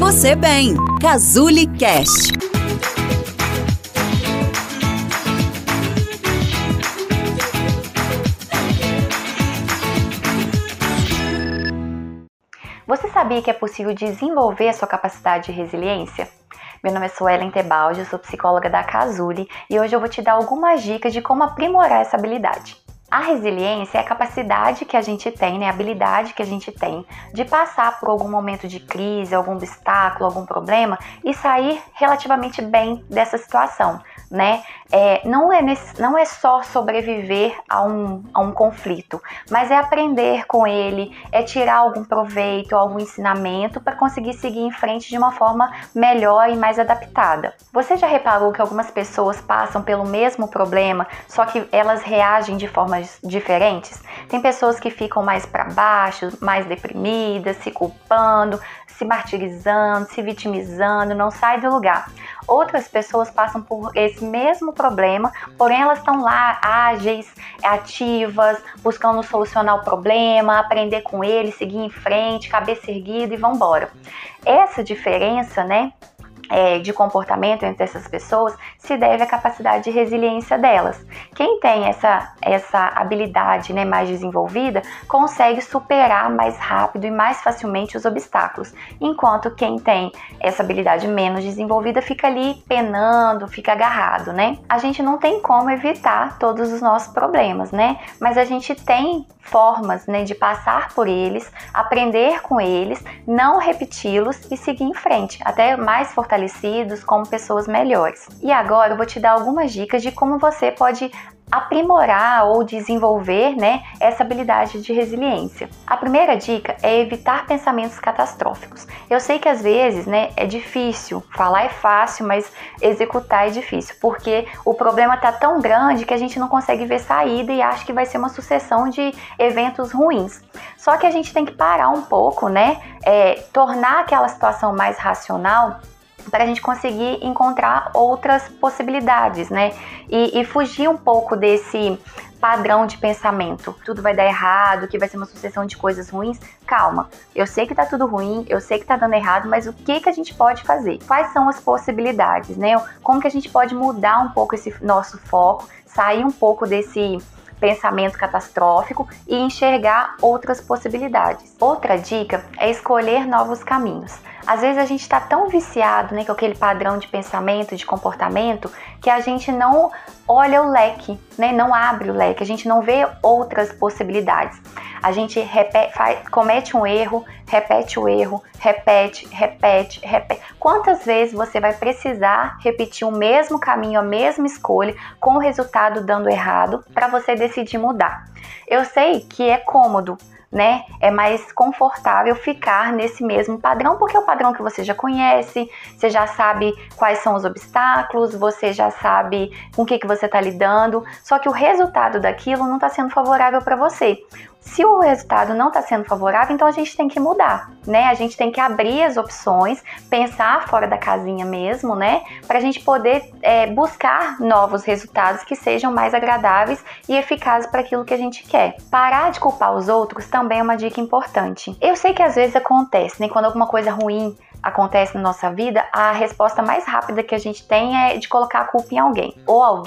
você bem. Cazuli Cast. Você sabia que é possível desenvolver a sua capacidade de resiliência? Meu nome é Suelen Tebaldi, eu sou psicóloga da Cazuli e hoje eu vou te dar algumas dicas de como aprimorar essa habilidade. A resiliência é a capacidade que a gente tem, a habilidade que a gente tem de passar por algum momento de crise, algum obstáculo, algum problema e sair relativamente bem dessa situação, né? Não é só sobreviver a um conflito, mas é aprender com ele, é tirar algum proveito, algum ensinamento para conseguir seguir em frente de uma forma melhor e mais adaptada. Você já reparou que algumas pessoas passam pelo mesmo problema, só que elas reagem de formas diferentes? Tem pessoas que ficam mais para baixo, mais deprimidas, se culpando, se martirizando, se vitimizando, não sai do lugar. Outras pessoas passam por esse mesmo problema, porém elas estão lá ágeis, ativas, buscando solucionar o problema, aprender com ele, seguir em frente, cabeça erguida e vão embora. Essa diferença, de comportamento entre essas pessoas se deve à capacidade de resiliência delas. Quem tem essa habilidade, mais desenvolvida consegue superar mais rápido e mais facilmente os obstáculos, enquanto quem tem essa habilidade menos desenvolvida fica ali penando, fica agarrado, A gente não tem como evitar todos os nossos problemas, mas a gente tem formas, de passar por eles, aprender com eles, não repeti-los e seguir em frente, até mais fortalecidos como pessoas melhores. E agora eu vou te dar algumas dicas de como você pode aprimorar ou desenvolver, essa habilidade de resiliência. A primeira dica é evitar pensamentos catastróficos. Eu sei que às vezes, é difícil, falar é fácil, mas executar é difícil, porque o problema está tão grande que a gente não consegue ver saída e acha que vai ser uma sucessão de eventos ruins. Só que a gente tem que parar um pouco, tornar aquela situação mais racional para a gente conseguir encontrar outras possibilidades, e fugir um pouco desse padrão de pensamento. Tudo vai dar errado, que vai ser uma sucessão de coisas ruins. Calma, eu sei que tá tudo ruim, eu sei que tá dando errado, mas o que a gente pode fazer? Quais são as possibilidades, Como que a gente pode mudar um pouco esse nosso foco, sair um pouco desse pensamento catastrófico e enxergar outras possibilidades. Outra dica é escolher novos caminhos. Às vezes a gente está tão viciado, com aquele padrão de pensamento, de comportamento, que a gente não olha o leque, não abre o leque, a gente não vê outras possibilidades. A gente comete um erro, repete o erro, repete. Quantas vezes você vai precisar repetir o mesmo caminho, a mesma escolha, com o resultado dando errado, para você decidir mudar? Eu sei que é cômodo, é mais confortável ficar nesse mesmo padrão, porque é o padrão que você já conhece, você já sabe quais são os obstáculos, você já sabe com o que você está lidando, só que o resultado daquilo não está sendo favorável para você. Se o resultado não está sendo favorável, então a gente tem que mudar, A gente tem que abrir as opções, pensar fora da casinha mesmo, Para a gente poder buscar novos resultados que sejam mais agradáveis e eficazes para aquilo que a gente quer. Parar de culpar os outros também é uma dica importante. Eu sei que às vezes acontece, quando alguma coisa ruim acontece na nossa vida, a resposta mais rápida que a gente tem é de colocar a culpa em alguém,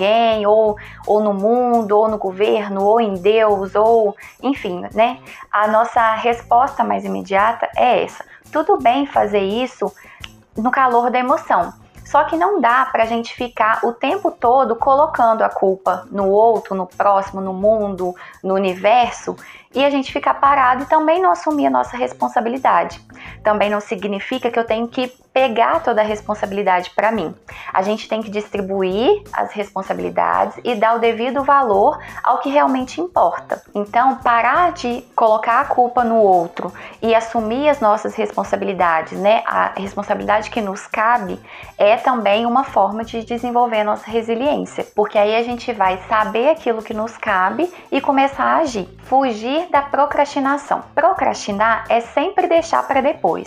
ou no mundo, ou no governo, ou em Deus, ou enfim, A nossa resposta mais imediata é essa. Tudo bem fazer isso no calor da emoção, só que não dá pra gente ficar o tempo todo colocando a culpa no outro, no próximo, no mundo, no universo, e a gente ficar parado e também não assumir a nossa responsabilidade. Também não significa que eu tenho que pegar toda a responsabilidade para mim. A gente tem que distribuir as responsabilidades e dar o devido valor ao que realmente importa. Então, parar de colocar a culpa no outro e assumir as nossas responsabilidades, A responsabilidade que nos cabe é também uma forma de desenvolver a nossa resiliência, porque aí a gente vai saber aquilo que nos cabe e começar a agir. Fugir da procrastinação. Procrastinar é sempre deixar para depois.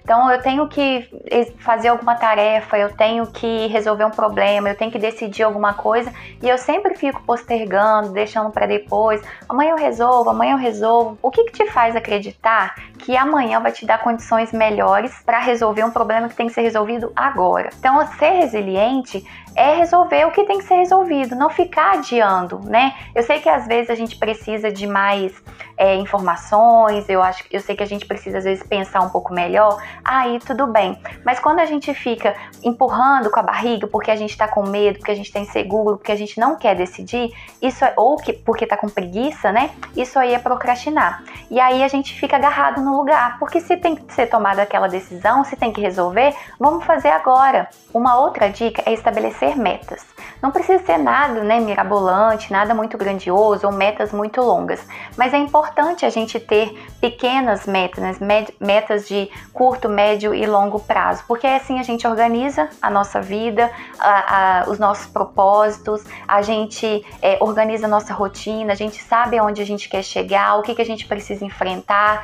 Então eu tenho que fazer alguma tarefa, eu tenho que resolver um problema, eu tenho que decidir alguma coisa e eu sempre fico postergando, deixando para depois. Amanhã eu resolvo, amanhã eu resolvo. O que te faz acreditar que amanhã vai te dar condições melhores para resolver um problema que tem que ser resolvido agora? Então, ser resiliente é resolver o que tem que ser resolvido, não ficar adiando, né? Eu sei que às vezes a gente precisa de mais informações, eu sei que a gente precisa às vezes pensar um pouco melhor, aí tudo bem. Mas quando a gente fica empurrando com a barriga porque a gente tá com medo, porque a gente tá inseguro, porque a gente não quer decidir, porque tá com preguiça, né? Isso aí é procrastinar. E aí a gente fica agarrado no lugar, porque se tem que ser tomada aquela decisão, se tem que resolver, vamos fazer agora. Uma outra dica é estabelecer metas. Não precisa ser nada, né, mirabolante, nada muito grandioso ou metas muito longas, mas é importante a gente ter pequenas metas, né, metas de curto, médio e longo prazo, porque assim a gente organiza a nossa vida, os nossos propósitos, a gente organiza a nossa rotina, a gente sabe aonde a gente quer chegar, o que a gente precisa enfrentar,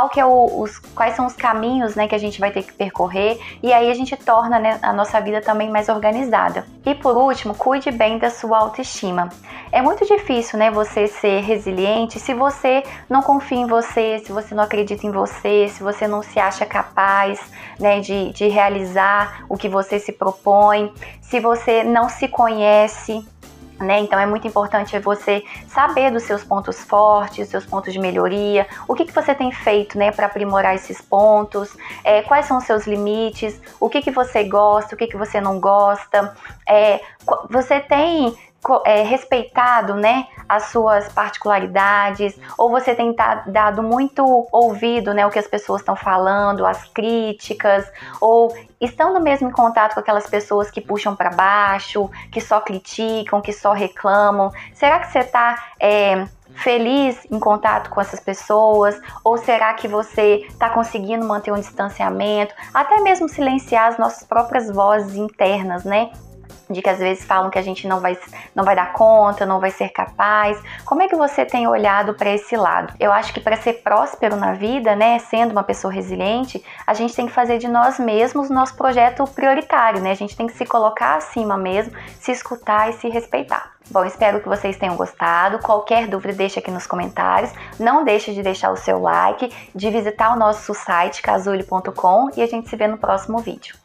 quais são os caminhos, né, que a gente vai ter que percorrer, e aí a gente torna, né, a nossa vida também mais organizada. E por último, cuide bem da sua autoestima. É muito difícil, né, você ser resiliente se você não confia em você, se você não acredita em você, se você não se acha capaz, né, de realizar o que você se propõe, se você não se conhece, né? Então é muito importante você saber dos seus pontos fortes, seus pontos de melhoria, o que você tem feito, né, para aprimorar esses pontos, quais são os seus limites, o que você gosta, o que você não gosta, você tem respeitado, né, as suas particularidades, ou você tem dado muito ouvido, né, o que as pessoas estão falando, as críticas, ou estando mesmo em contato com aquelas pessoas que puxam para baixo, que só criticam, que só reclamam. Será que você está feliz em contato com essas pessoas? Ou será que você está conseguindo manter um distanciamento? Até mesmo silenciar as nossas próprias vozes internas, né? De que às vezes falam que a gente não vai dar conta, não vai ser capaz. Como é que você tem olhado para esse lado? Eu acho que para ser próspero na vida, né, sendo uma pessoa resiliente, a gente tem que fazer de nós mesmos o nosso projeto prioritário, né? A gente tem que se colocar acima mesmo, se escutar e se respeitar. Bom, espero que vocês tenham gostado. Qualquer dúvida, deixa aqui nos comentários. Não deixe de deixar o seu like, de visitar o nosso site, cazuli.com, e a gente se vê no próximo vídeo.